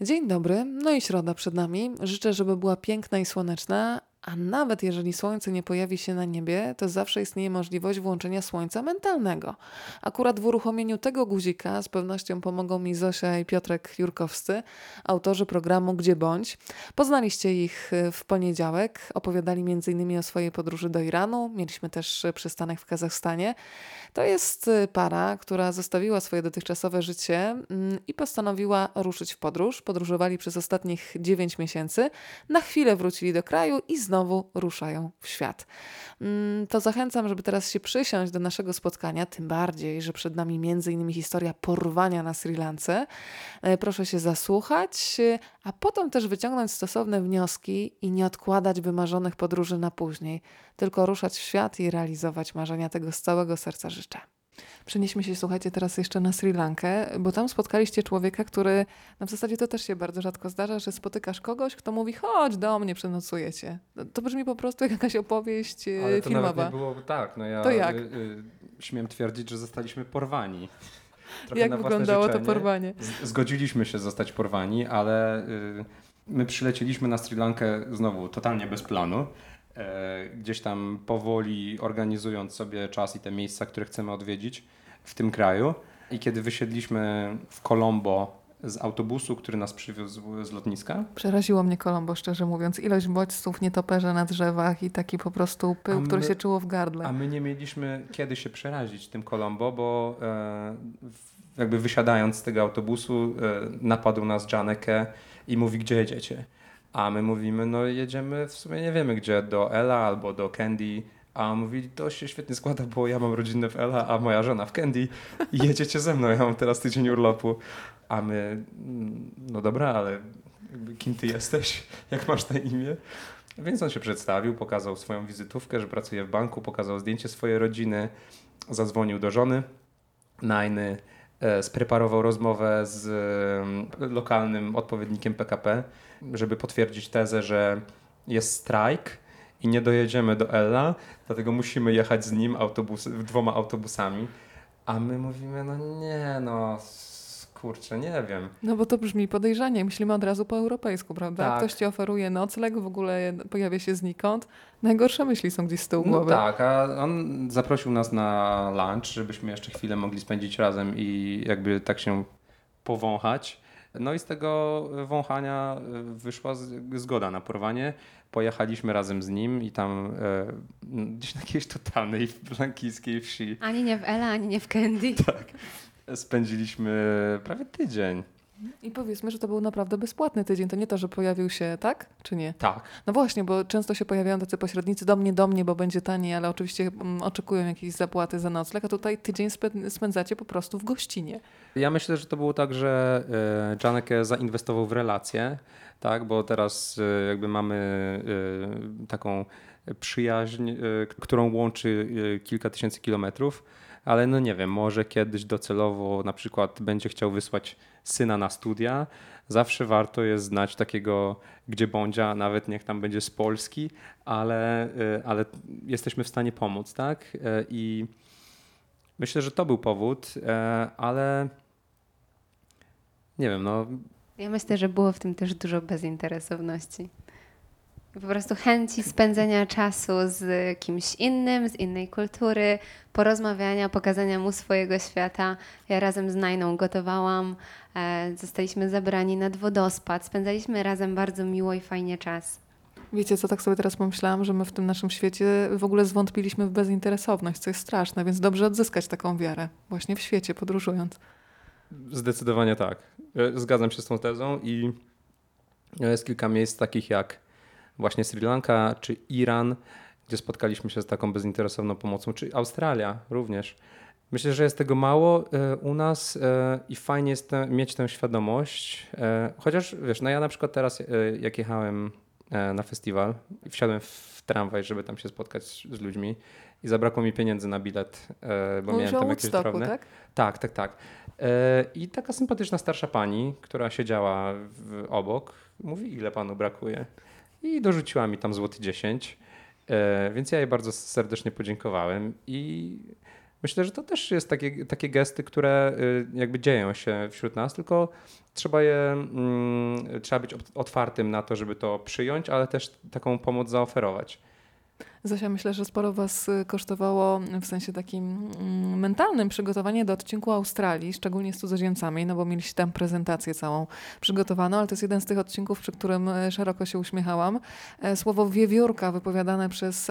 Dzień dobry, no i środa przed nami. Życzę, żeby była piękna i słoneczna, a nawet jeżeli słońce nie pojawi się na niebie, to zawsze istnieje możliwość włączenia słońca mentalnego. Akurat w uruchomieniu tego guzika z pewnością pomogą mi Zosia i Piotrek Jurkowscy, autorzy programu Gdzie Bądź. Poznaliście ich w poniedziałek, opowiadali m.in. o swojej podróży do Iranu, mieliśmy też przystanek w Kazachstanie. To jest para, która zostawiła swoje dotychczasowe życie i postanowiła ruszyć w podróż. Podróżowali przez ostatnich 9 miesięcy, na chwilę wrócili do kraju i znowu ruszają w świat. To zachęcam, żeby teraz się przysiąść do naszego spotkania, tym bardziej, że przed nami m.in. historia porwania na Sri Lance. Proszę się zasłuchać, a potem też wyciągnąć stosowne wnioski i nie odkładać wymarzonych podróży na później, tylko ruszać w świat i realizować marzenia. Tego z całego serca życzę. Przenieśmy się, słuchajcie, teraz jeszcze na Sri Lankę, bo tam spotkaliście człowieka, który, w zasadzie to też się bardzo rzadko zdarza, że spotykasz kogoś, kto mówi: chodź do mnie, przenocujecie. To brzmi po prostu jak jakaś opowieść Ale to filmowa. nawet nie było tak. No ja To jak? śmiem twierdzić, że zostaliśmy porwani. Trochę Jak na własne wyglądało to życzenie. porwanie? Zgodziliśmy się zostać porwani, ale my przylecieliśmy na Sri Lankę znowu totalnie bez planu. Gdzieś tam powoli organizując sobie czas i te miejsca, które chcemy odwiedzić w tym kraju. I kiedy wysiedliśmy w Colombo z autobusu, który nas przywiózł z lotniska. Przeraziło mnie Colombo, szczerze mówiąc. Ilość bodźców, nietoperze na drzewach i taki po prostu pył, który się czuło w gardle. A my nie mieliśmy kiedy się przerazić tym Colombo, bo jakby wysiadając z tego autobusu napadł nas Janeke i mówi: gdzie jedziecie? A my mówimy: no jedziemy w sumie nie wiemy gdzie, do Ela albo do Kandy. A on mówi: to się świetnie składa, bo ja mam rodzinę w Ela, a moja żona w Kandy i jedziecie ze mną, ja mam teraz tydzień urlopu. A my: no dobra, ale kim ty jesteś? Jak masz na imię? Więc on się przedstawił, pokazał swoją wizytówkę, że pracuje w banku, pokazał zdjęcie swojej rodziny, zadzwonił do żony Najny, spreparował rozmowę z lokalnym odpowiednikiem PKP, żeby potwierdzić tezę, że jest strajk i nie dojedziemy do Ella, dlatego musimy jechać z nim dwoma autobusami. A my mówimy: no nie, no kurczę, nie wiem. No bo to brzmi podejrzanie. Myślimy od razu po europejsku, prawda? Tak. Ktoś ci oferuje nocleg, w ogóle pojawia się znikąd. Najgorsze myśli są gdzieś z tyłu głowy. No tak, a on zaprosił nas na lunch, żebyśmy jeszcze chwilę mogli spędzić razem i jakby tak się powąchać. No i z tego wąchania wyszła zgoda na porwanie. Pojechaliśmy razem z nim i tam gdzieś na jakiejś totalnej blankijskiej wsi Ani nie w Ela, ani nie w Candy. spędziliśmy prawie tydzień. I powiedzmy, że to był naprawdę bezpłatny tydzień. To nie to, że pojawił się, tak? Czy nie? Tak. No właśnie, bo często się pojawiają tacy pośrednicy: do mnie, bo będzie taniej, ale oczywiście oczekują jakiejś zapłaty za nocleg, a tutaj tydzień spędzacie po prostu w gościnie. Ja myślę, że to było tak, że Janeke zainwestował w relacje, tak, bo teraz jakby mamy taką przyjaźń, którą łączy kilka tysięcy kilometrów, ale no nie wiem, może kiedyś docelowo na przykład będzie chciał wysłać syna na studia. Zawsze warto jest znać takiego gdzie bądźa, nawet niech tam będzie z Polski, ale jesteśmy w stanie pomóc, tak? I myślę, że to był powód, ale nie wiem, no. Ja myślę, że było w tym też dużo bezinteresowności. Po prostu chęci spędzenia czasu z kimś innym, z innej kultury, porozmawiania, pokazania mu swojego świata. Ja razem z Najną gotowałam, zostaliśmy zabrani nad wodospad, spędzaliśmy razem bardzo miło i fajnie czas. Wiecie co, tak sobie teraz pomyślałam, że my w tym naszym świecie w ogóle zwątpiliśmy w bezinteresowność, co jest straszne, więc dobrze odzyskać taką wiarę właśnie w świecie, podróżując. Zdecydowanie tak. Zgadzam się z tą tezą i jest kilka miejsc takich jak właśnie Sri Lanka czy Iran, gdzie spotkaliśmy się z taką bezinteresowną pomocą, czy Australia również. Myślę, że jest tego mało u nas i fajnie jest mieć tę świadomość. Chociaż wiesz, no ja na przykład teraz jak jechałem na festiwal, wsiadłem w tramwaj, żeby tam się spotkać z ludźmi i zabrakło mi pieniędzy na bilet, bo miałem tam jakieś drobne. Tak? Tak. I taka sympatyczna starsza pani, która siedziała obok, mówi: ile panu brakuje? I dorzuciła mi tam złoty 10, więc ja jej bardzo serdecznie podziękowałem i myślę, że to też jest takie gesty, które jakby dzieją się wśród nas, tylko trzeba być otwartym na to, żeby to przyjąć, ale też taką pomoc zaoferować. Zosia, myślę, że sporo was kosztowało w sensie takim mentalnym przygotowanie do odcinku Australii, szczególnie z cudzoziemcami, no bo mieliście tam prezentację całą przygotowaną, ale to jest jeden z tych odcinków, przy którym szeroko się uśmiechałam. Słowo wiewiórka wypowiadane przez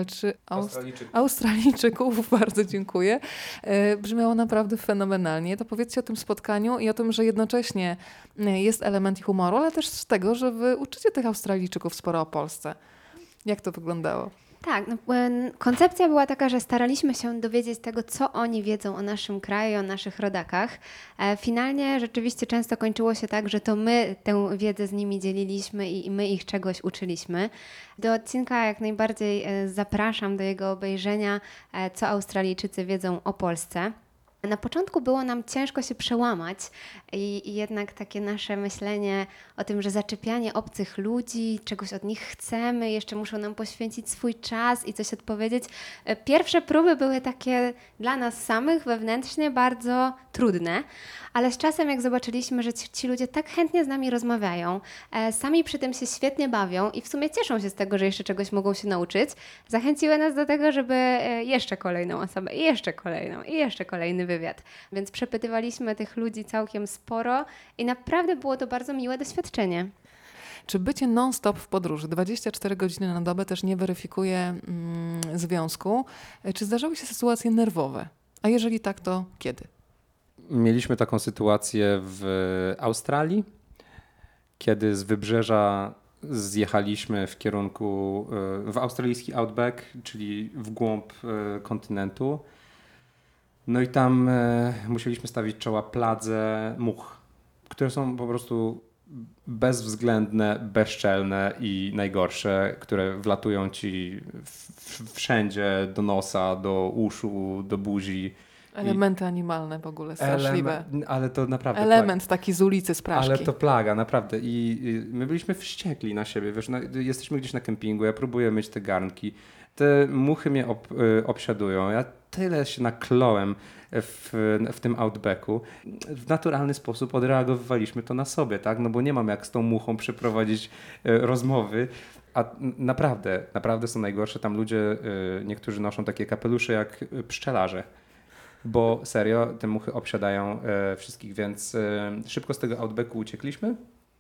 Australijczyków, bardzo dziękuję, brzmiało naprawdę fenomenalnie. To powiedzcie o tym spotkaniu i o tym, że jednocześnie jest element ich humoru, ale też z tego, że wy uczycie tych Australijczyków sporo o Polsce. Jak to wyglądało? Tak, no, koncepcja była taka, że staraliśmy się dowiedzieć tego, co oni wiedzą o naszym kraju, o naszych rodakach. Finalnie rzeczywiście często kończyło się tak, że to my tę wiedzę z nimi dzieliliśmy i my ich czegoś uczyliśmy. Do odcinka jak najbardziej zapraszam do jego obejrzenia, co Australijczycy wiedzą o Polsce. Na początku było nam ciężko się przełamać i jednak takie nasze myślenie o tym, że zaczepianie obcych ludzi, czegoś od nich chcemy, jeszcze muszą nam poświęcić swój czas i coś odpowiedzieć. Pierwsze próby były takie dla nas samych wewnętrznie bardzo trudne, ale z czasem jak zobaczyliśmy, że ci ludzie tak chętnie z nami rozmawiają, sami przy tym się świetnie bawią i w sumie cieszą się z tego, że jeszcze czegoś mogą się nauczyć, zachęciły nas do tego, żeby jeszcze kolejną osobę, i jeszcze kolejną, i jeszcze kolejny wywiad. Więc przepytywaliśmy tych ludzi całkiem sporo i naprawdę było to bardzo miłe doświadczenie. Czy bycie non-stop w podróży, 24 godziny na dobę też nie weryfikuje związku? Czy zdarzały się sytuacje nerwowe? A jeżeli tak, to kiedy? Mieliśmy taką sytuację w Australii, kiedy z wybrzeża zjechaliśmy w kierunku w australijski outback, czyli w głąb kontynentu. No i tam musieliśmy stawić czoła pladze much, które są po prostu bezwzględne, bezczelne i najgorsze, które wlatują ci wszędzie, do nosa, do uszu, do buzi. Elementy animalne w ogóle, straszliwe. Ale to naprawdę Element taki z ulicy, z Praszki. Ale to plaga, naprawdę. I my byliśmy wściekli na siebie. Wiesz, no, jesteśmy gdzieś na kempingu, ja próbuję myć te garnki. Te muchy mnie obsiadują. Ja tyle się nakląłem w tym outbacku. W naturalny sposób odreagowywaliśmy to na sobie, tak? No bo nie mam jak z tą muchą przeprowadzić rozmowy. A naprawdę są najgorsze. Tam ludzie, niektórzy noszą takie kapelusze jak pszczelarze. Bo serio, te muchy obsiadają wszystkich, więc szybko z tego outbacku uciekliśmy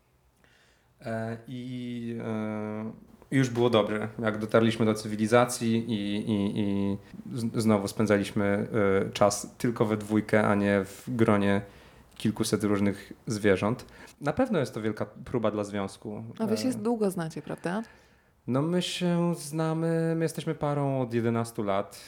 i już było dobrze. Jak dotarliśmy do cywilizacji i znowu spędzaliśmy czas tylko we dwójkę, a nie w gronie kilkuset różnych zwierząt. Na pewno jest to wielka próba dla związku. A wy się długo znacie, prawda? No my się znamy, my jesteśmy parą od 11 lat.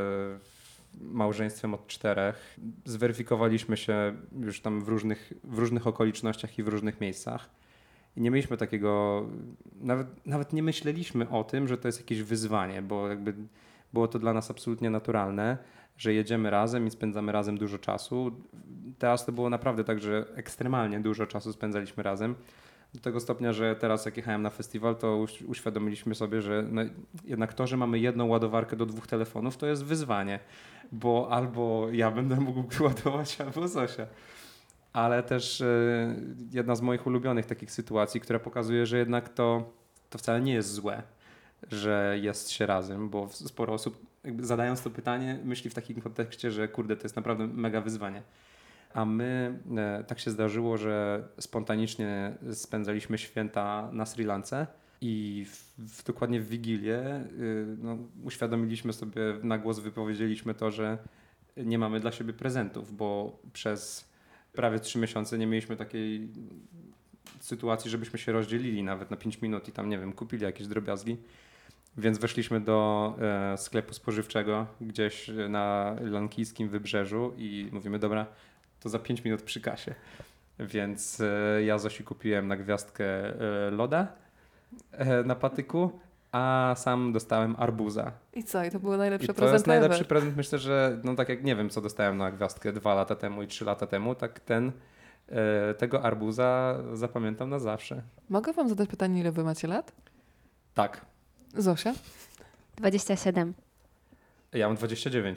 Małżeństwem od 4. Zweryfikowaliśmy się już tam w różnych okolicznościach i w różnych miejscach. I nie mieliśmy takiego, nawet nie myśleliśmy o tym, że to jest jakieś wyzwanie, bo jakby było to dla nas absolutnie naturalne, że jedziemy razem i spędzamy razem dużo czasu. Teraz to było naprawdę tak, że ekstremalnie dużo czasu spędzaliśmy razem. Do tego stopnia, że teraz jak jechałem na festiwal, to uświadomiliśmy sobie, że no jednak to, że mamy jedną ładowarkę do 2 telefonów, to jest wyzwanie, bo albo ja będę mógł ładować, albo Zosia. Ale też jedna z moich ulubionych takich sytuacji, która pokazuje, że jednak to wcale nie jest złe, że jest się razem, bo sporo osób jakby zadając to pytanie myśli w takim kontekście, że kurde, to jest naprawdę mega wyzwanie. A my, tak się zdarzyło, że spontanicznie spędzaliśmy święta na Sri Lance i dokładnie w Wigilię uświadomiliśmy sobie, na głos wypowiedzieliśmy to, że nie mamy dla siebie prezentów, bo przez prawie 3 miesiące nie mieliśmy takiej sytuacji, żebyśmy się rozdzielili nawet na 5 minut i tam, nie wiem, kupili jakieś drobiazgi. Więc weszliśmy do sklepu spożywczego gdzieś na lankijskim wybrzeżu i mówimy, dobra, to za 5 minut przy kasie. Więc ja Zosi kupiłem na gwiazdkę loda na patyku, a sam dostałem arbuza. I co? I to był najlepszy prezent to jest ever. najlepszy prezent. Myślę, że no tak jak nie wiem, co dostałem na gwiazdkę 2 lata temu i 3 lata temu, tak tego arbuza zapamiętam na zawsze. Mogę wam zadać pytanie, ile wy macie lat? Tak. Zosia? 27. Ja mam 29.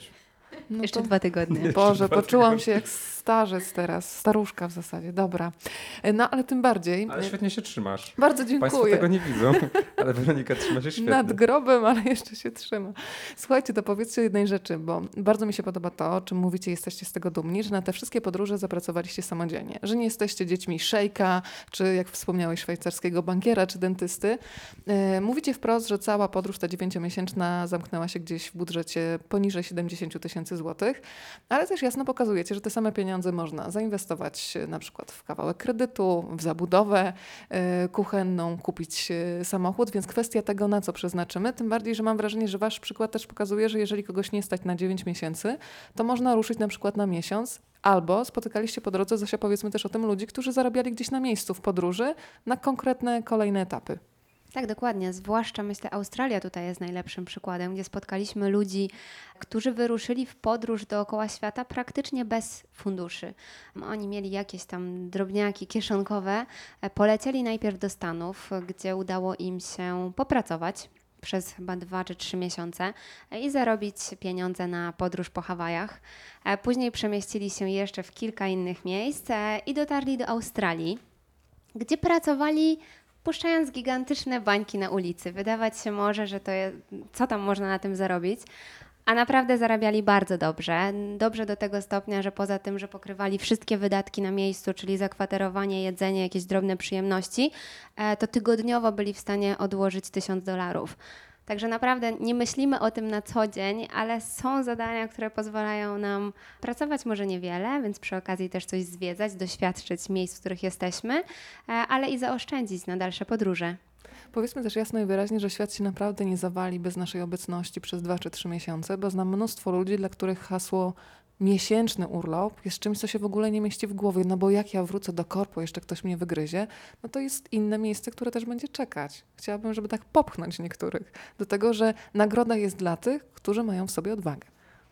No Jeszcze to- 2 tygodnie. Boże, poczułam się jak starzec teraz, staruszka w zasadzie, dobra. No ale tym bardziej, Ale świetnie się trzymasz. bardzo Państwo dziękuję. tego nie widzą, ale Weronika trzyma się świetnie. Nad grobem, ale jeszcze się trzyma. Słuchajcie, to powiedzcie jednej rzeczy, bo bardzo mi się podoba to, o czym mówicie, jesteście z tego dumni, że na te wszystkie podróże zapracowaliście samodzielnie, że nie jesteście dziećmi szejka, czy jak wspomniałeś, szwajcarskiego bankiera, czy dentysty. Mówicie wprost, że cała podróż ta 9-miesięczna zamknęła się gdzieś w budżecie poniżej 70 tysięcy złotych, ale też jasno pokazujecie, że te same pieniądze można zainwestować na przykład w kawałek kredytu, w zabudowę kuchenną, kupić samochód, więc kwestia tego, na co przeznaczymy, tym bardziej, że mam wrażenie, że wasz przykład też pokazuje, że jeżeli kogoś nie stać na 9 miesięcy, to można ruszyć na przykład na miesiąc, albo spotykaliście po drodze, Zosia, powiedzmy też o tym, ludzi, którzy zarabiali gdzieś na miejscu w podróży na konkretne kolejne etapy. Tak, dokładnie. Zwłaszcza myślę, Australia tutaj jest najlepszym przykładem, gdzie spotkaliśmy ludzi, którzy wyruszyli w podróż dookoła świata praktycznie bez funduszy. Oni mieli jakieś tam drobniaki kieszonkowe, polecieli najpierw do Stanów, gdzie udało im się popracować przez chyba 2 czy 3 miesiące i zarobić pieniądze na podróż po Hawajach. Później przemieścili się jeszcze w kilka innych miejsc i dotarli do Australii, gdzie pracowali puszczając gigantyczne bańki na ulicy. Wydawać się może, że to jest, co tam można na tym zarobić, a naprawdę zarabiali bardzo dobrze. Dobrze do tego stopnia, że poza tym, że pokrywali wszystkie wydatki na miejscu, czyli zakwaterowanie, jedzenie, jakieś drobne przyjemności, to tygodniowo byli w stanie odłożyć $1000. Także naprawdę nie myślimy o tym na co dzień, ale są zadania, które pozwalają nam pracować może niewiele, więc przy okazji też coś zwiedzać, doświadczyć miejsc, w których jesteśmy, ale i zaoszczędzić na dalsze podróże. Powiedzmy też jasno i wyraźnie, że świat się naprawdę nie zawali bez naszej obecności przez 2 czy 3 miesiące, bo znam mnóstwo ludzi, dla których hasło miesięczny urlop jest czymś, co się w ogóle nie mieści w głowie, no bo jak ja wrócę do korpo, jeszcze ktoś mnie wygryzie, no to jest inne miejsce, które też będzie czekać. Chciałabym, żeby tak popchnąć niektórych do tego, że nagroda jest dla tych, którzy mają w sobie odwagę.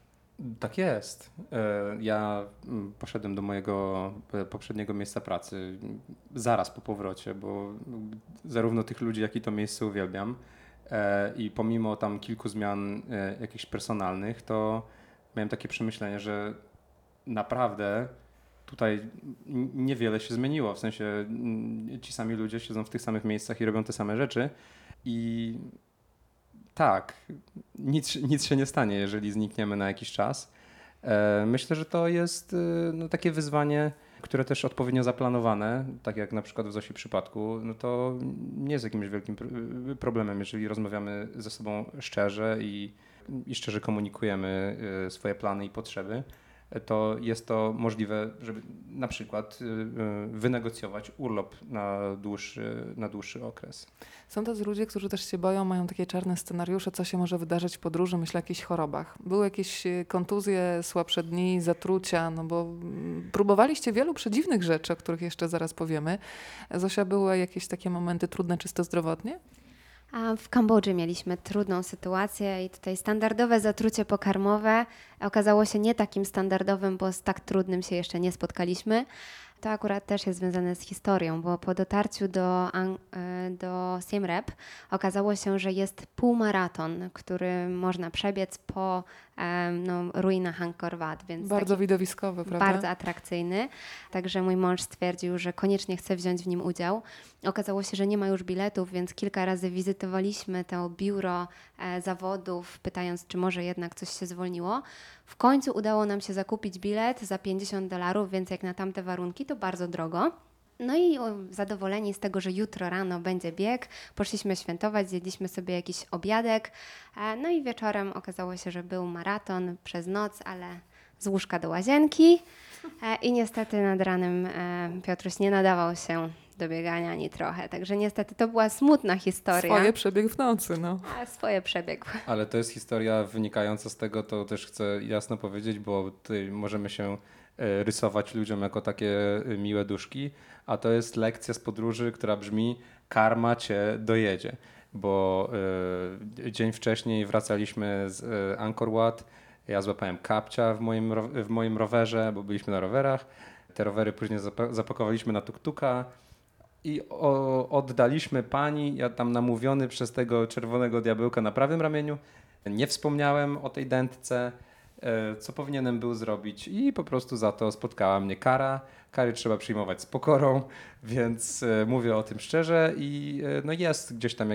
Tak jest. Ja poszedłem do mojego poprzedniego miejsca pracy zaraz po powrocie, bo zarówno tych ludzi, jak i to miejsce uwielbiam. I pomimo tam kilku zmian jakichś personalnych, to miałem takie przemyślenie, że naprawdę tutaj niewiele się zmieniło. W sensie ci sami ludzie siedzą w tych samych miejscach i robią te same rzeczy. I tak, nic się nie stanie, jeżeli znikniemy na jakiś czas. Myślę, że to jest no, takie wyzwanie, które też odpowiednio zaplanowane, tak jak na przykład w Zosi przypadku, no to nie jest jakimś wielkim problemem, jeżeli rozmawiamy ze sobą szczerze i szczerze komunikujemy swoje plany i potrzeby. To jest to możliwe, żeby na przykład wynegocjować urlop na dłuższy okres. Są tacy ludzie, którzy też się boją, mają takie czarne scenariusze, co się może wydarzyć w podróży, myślę o jakichś chorobach. Były jakieś kontuzje, słabsze dni, zatrucia, no bo próbowaliście wielu przedziwnych rzeczy, o których jeszcze zaraz powiemy. Zosia, były jakieś takie momenty trudne czysto zdrowotnie? A w Kambodży mieliśmy trudną sytuację i tutaj standardowe zatrucie pokarmowe okazało się nie takim standardowym, bo z tak trudnym się jeszcze nie spotkaliśmy. To akurat też jest związane z historią, bo po dotarciu do Siem Reap okazało się, że jest półmaraton, który można przebiec po ruinach Angkor Wat. Więc Bardzo taki widowiskowy, prawda? bardzo atrakcyjny. Także mój mąż stwierdził, że koniecznie chce wziąć w nim udział. Okazało się, że nie ma już biletów, więc kilka razy wizytowaliśmy to biuro zawodów, pytając, czy może jednak coś się zwolniło. W końcu udało nam się zakupić bilet za $50, więc jak na tamte warunki to bardzo drogo. No i zadowoleni z tego, że jutro rano będzie bieg, poszliśmy świętować, zjedliśmy sobie jakiś obiadek. No i wieczorem okazało się, że był maraton przez noc, ale z łóżka do łazienki. I niestety nad ranem Piotruś nie nadawał się do biegania ani trochę. Także niestety to była smutna historia. Swoje przebieg w nocy, no. A swoje przebiegł. Ale to jest historia wynikająca z tego, to też chcę jasno powiedzieć, bo tutaj możemy się rysować ludziom jako takie miłe duszki, a to jest lekcja z podróży, która brzmi: karma cię dojedzie. Bo dzień wcześniej wracaliśmy z Angkor Wat, ja złapałem kapcia w moim rowerze, bo byliśmy na rowerach. Te rowery później zapakowaliśmy na tuk-tuka i oddaliśmy pani, ja tam namówiony przez tego czerwonego diabełka na prawym ramieniu. Nie wspomniałem o tej dętce. co powinienem był zrobić i po prostu za to spotkała mnie kara. Kary trzeba przyjmować z pokorą, więc mówię o tym szczerze i no jest gdzieś tam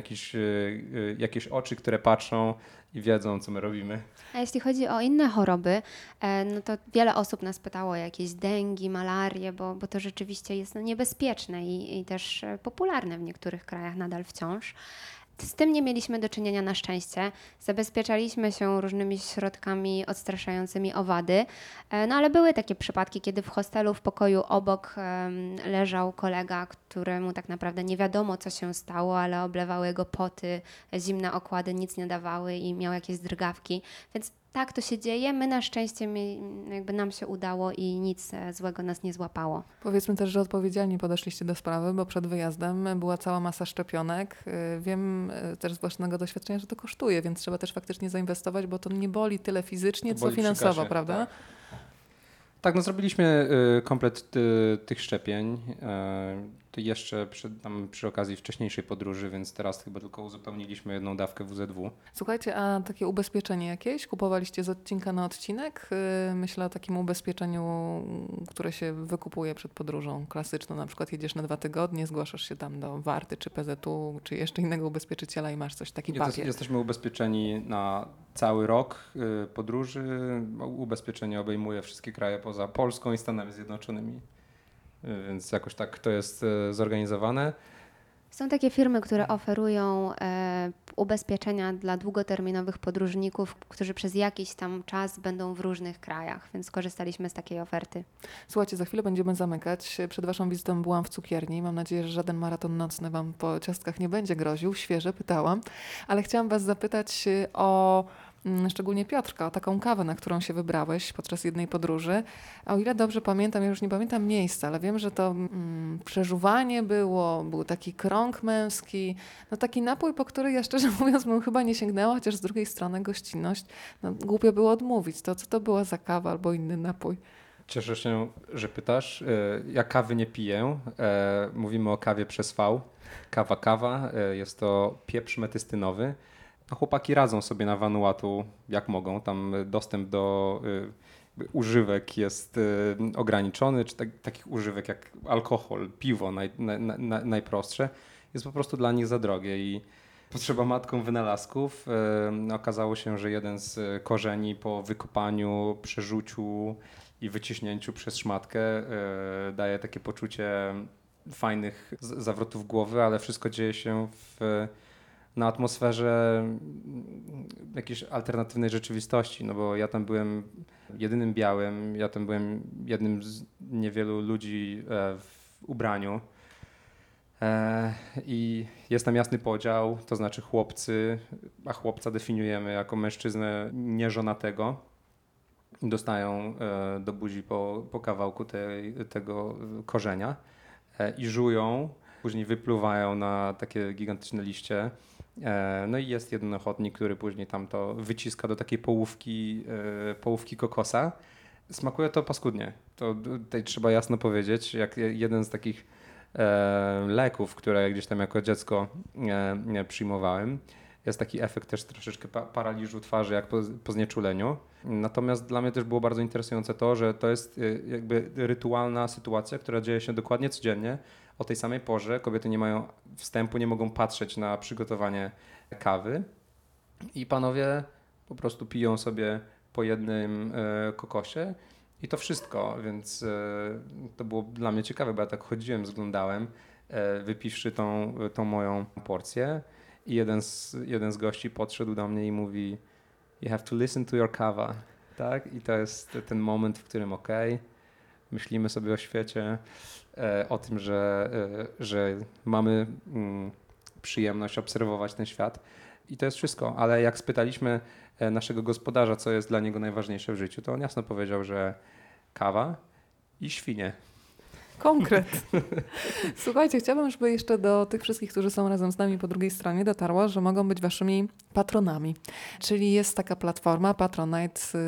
jakieś oczy, które patrzą i wiedzą, co my robimy. A jeśli chodzi o inne choroby, no to wiele osób nas pytało o jakieś dengi, malarię, bo to rzeczywiście jest niebezpieczne i też popularne w niektórych krajach nadal wciąż. Z tym nie mieliśmy do czynienia na szczęście. Zabezpieczaliśmy się różnymi środkami odstraszającymi owady, no ale były takie przypadki, kiedy w hostelu w pokoju obok leżał kolega, któremu tak naprawdę nie wiadomo, co się stało, ale oblewały go poty, zimne okłady nic nie dawały i miał jakieś drgawki, więc tak to się dzieje. My na szczęście jakby nam się udało i nic złego nas nie złapało. Powiedzmy też, że odpowiedzialnie podeszliście do sprawy, bo przed wyjazdem była cała masa szczepionek. Wiem też z własnego doświadczenia, że to kosztuje, więc trzeba też faktycznie zainwestować, bo to nie boli tyle fizycznie, To co boli przy finansowo, kasie, prawda? tak. Tak, no zrobiliśmy komplet tych szczepień. To jeszcze przy okazji wcześniejszej podróży, więc teraz chyba tylko uzupełniliśmy jedną dawkę WZW. Słuchajcie, a takie ubezpieczenie jakieś kupowaliście z odcinka na odcinek? Myślę o takim ubezpieczeniu, które się wykupuje przed podróżą klasyczną. Na przykład jedziesz na 2 tygodnie, zgłaszasz się tam do Warty czy PZU, czy jeszcze innego ubezpieczyciela i masz taki pakiet. Jesteśmy ubezpieczeni na cały rok podróży. Ubezpieczenie obejmuje wszystkie kraje poza Polską i Stanami Zjednoczonymi. Więc jakoś tak to jest zorganizowane. Są takie firmy, które oferują ubezpieczenia dla długoterminowych podróżników, którzy przez jakiś tam czas będą w różnych krajach, więc skorzystaliśmy z takiej oferty. Słuchajcie, za chwilę będziemy zamykać. Przed waszą wizytą byłam w cukierni. Mam nadzieję, że żaden maraton nocny wam po ciastkach nie będzie groził. Świeże, pytałam. Ale chciałam was zapytać o szczególnie Piotrka, o taką kawę, na którą się wybrałeś podczas jednej podróży. A o ile dobrze pamiętam, ja już nie pamiętam miejsca, ale wiem, że to przeżuwanie był taki krąg męski, no taki napój, po który ja szczerze mówiąc bym chyba nie sięgnęła, chociaż z drugiej strony gościnność, no głupio było odmówić. To co to była za kawa albo inny napój? Cieszę się, że pytasz. Ja kawy nie piję. Mówimy o kawie przez V. Kawa. Jest to pieprz metystynowy. A chłopaki radzą sobie na Vanuatu jak mogą. Tam dostęp do używek jest ograniczony, czy takich używek jak alkohol, piwo najprostsze, jest po prostu dla nich za drogie i potrzeba matką wynalazków. Okazało się, że jeden z korzeni po wykopaniu, przerzuciu i wyciśnięciu przez szmatkę daje takie poczucie fajnych zawrotów głowy, ale wszystko dzieje się na atmosferze jakiejś alternatywnej rzeczywistości, no bo ja tam byłem jedynym białym, ja tam byłem jednym z niewielu ludzi w ubraniu i jest tam jasny podział, to znaczy chłopcy, a chłopca definiujemy jako mężczyznę nieżonatego, dostają do buzi po kawałku tego korzenia i żują, później wypluwają na takie gigantyczne liście. No i jest jeden ochotnik, który później tam to wyciska do takiej połówki kokosa. Smakuje to paskudnie. To tutaj trzeba jasno powiedzieć, jak jeden z takich leków, które gdzieś tam jako dziecko przyjmowałem. Jest taki efekt też troszeczkę paraliżu twarzy, jak po znieczuleniu. Natomiast dla mnie też było bardzo interesujące to, że to jest jakby rytualna sytuacja, która dzieje się dokładnie codziennie. O tej samej porze kobiety nie mają wstępu, nie mogą patrzeć na przygotowanie kawy i panowie po prostu piją sobie po jednym kokosie i to wszystko, więc to było dla mnie ciekawe, bo ja tak chodziłem, zglądałem, wypiwszy tą moją porcję i jeden z gości podszedł do mnie i mówi "You have to listen to your kawa", tak? I to jest ten moment, w którym myślimy sobie o świecie, o tym, że mamy przyjemność obserwować ten świat i to jest wszystko. Ale jak spytaliśmy naszego gospodarza, co jest dla niego najważniejsze w życiu, to on jasno powiedział, że kawa i świnie. Konkret. Słuchajcie, chciałabym, żeby jeszcze do tych wszystkich, którzy są razem z nami po drugiej stronie dotarło, że mogą być waszymi patronami. Czyli jest taka platforma Patronite,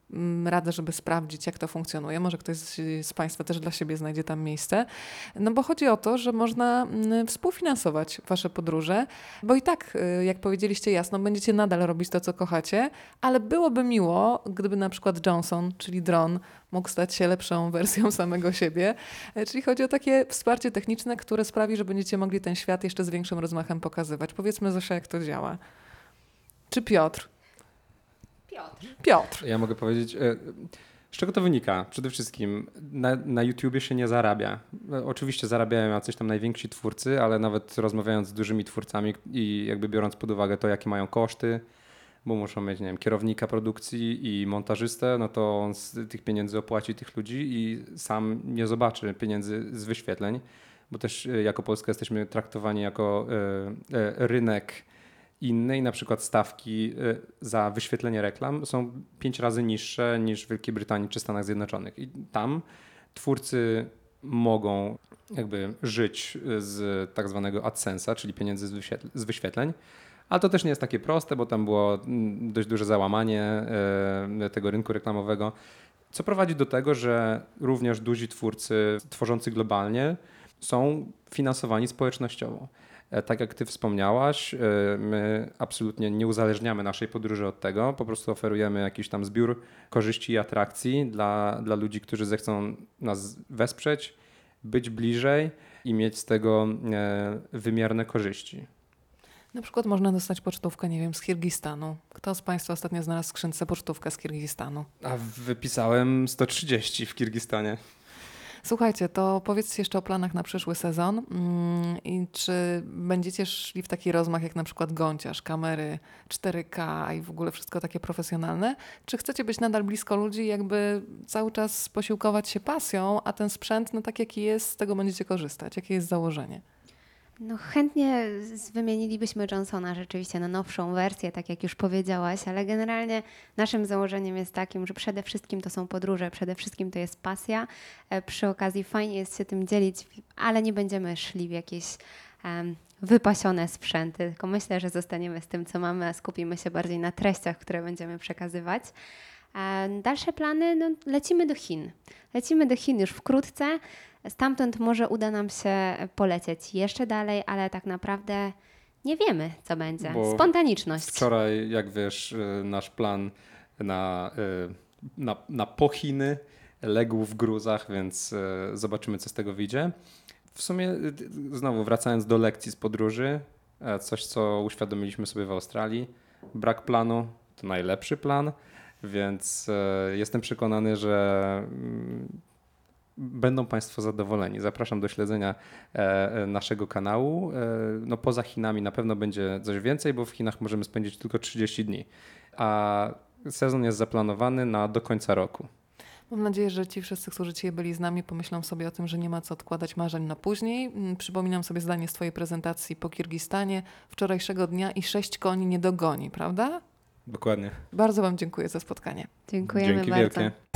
radzę, żeby sprawdzić, jak to funkcjonuje. Może ktoś z Państwa też dla siebie znajdzie tam miejsce. No bo chodzi o to, że można współfinansować Wasze podróże, bo i tak, jak powiedzieliście jasno, będziecie nadal robić to, co kochacie, ale byłoby miło, gdyby na przykład Johnson, czyli dron, mógł stać się lepszą wersją samego siebie. Czyli chodzi o takie wsparcie techniczne, które sprawi, że będziecie mogli ten świat jeszcze z większym rozmachem pokazywać. Powiedzmy, Zosia, jak to działa. Czy Piotr? Piotr. Ja mogę powiedzieć, z czego to wynika? Przede wszystkim na YouTubie się nie zarabia. Oczywiście zarabiają jacyś tam najwięksi twórcy, ale nawet rozmawiając z dużymi twórcami i jakby biorąc pod uwagę to, jakie mają koszty, bo muszą mieć, nie wiem, kierownika produkcji i montażystę, no to on z tych pieniędzy opłaci tych ludzi i sam nie zobaczy pieniędzy z wyświetleń, bo też jako Polska jesteśmy traktowani jako rynek inny i na przykład stawki za wyświetlenie reklam są 5 razy niższe niż w Wielkiej Brytanii czy Stanach Zjednoczonych. I tam twórcy mogą jakby żyć z tak zwanego AdSense'a, czyli pieniędzy z wyświetleń, ale to też nie jest takie proste, bo tam było dość duże załamanie tego rynku reklamowego, co prowadzi do tego, że również duzi twórcy tworzący globalnie są finansowani społecznościowo. Tak jak ty wspomniałaś, my absolutnie nie uzależniamy naszej podróży od tego, po prostu oferujemy jakiś tam zbiór korzyści i atrakcji dla ludzi, którzy zechcą nas wesprzeć, być bliżej i mieć z tego wymierne korzyści. Na przykład można dostać pocztówkę, nie wiem, z Kirgistanu. Kto z Państwa ostatnio znalazł w skrzynce pocztówkę z Kirgistanu? A wypisałem 130 w Kirgistanie. Słuchajcie, to powiedzcie jeszcze o planach na przyszły sezon i czy będziecie szli w taki rozmach jak na przykład Gąciarz, kamery 4K i w ogóle wszystko takie profesjonalne? Czy chcecie być nadal blisko ludzi, jakby cały czas posiłkować się pasją, a ten sprzęt, no tak jaki jest, z tego będziecie korzystać? Jakie jest założenie? No chętnie wymienilibyśmy Johnsona rzeczywiście na nowszą wersję, tak jak już powiedziałaś, ale generalnie naszym założeniem jest takim, że przede wszystkim to są podróże, przede wszystkim to jest pasja. Przy okazji fajnie jest się tym dzielić, ale nie będziemy szli w jakieś wypasione sprzęty, tylko myślę, że zostaniemy z tym, co mamy, a skupimy się bardziej na treściach, które będziemy przekazywać. Dalsze plany, no, lecimy do Chin. Lecimy do Chin już wkrótce. Stamtąd może uda nam się polecieć jeszcze dalej, ale tak naprawdę nie wiemy, co będzie. Bo Spontaniczność. Wczoraj, jak wiesz, nasz plan na po Chiny legł w gruzach, więc zobaczymy, co z tego wyjdzie. W sumie znowu wracając do lekcji z podróży, coś, co uświadomiliśmy sobie w Australii. Brak planu to najlepszy plan, więc jestem przekonany, że będą Państwo zadowoleni. Zapraszam do śledzenia naszego kanału. No poza Chinami na pewno będzie coś więcej, bo w Chinach możemy spędzić tylko 30 dni, a sezon jest zaplanowany do końca roku. Mam nadzieję, że ci wszyscy, którzy dzisiaj byli z nami, pomyślą sobie o tym, że nie ma co odkładać marzeń na później. Przypominam sobie zdanie z Twojej prezentacji po Kirgistanie. Wczorajszego dnia i 6 koni nie dogoni, prawda? Dokładnie. Bardzo Wam dziękuję za spotkanie. Dziękujemy Dzięki bardzo. wielkie.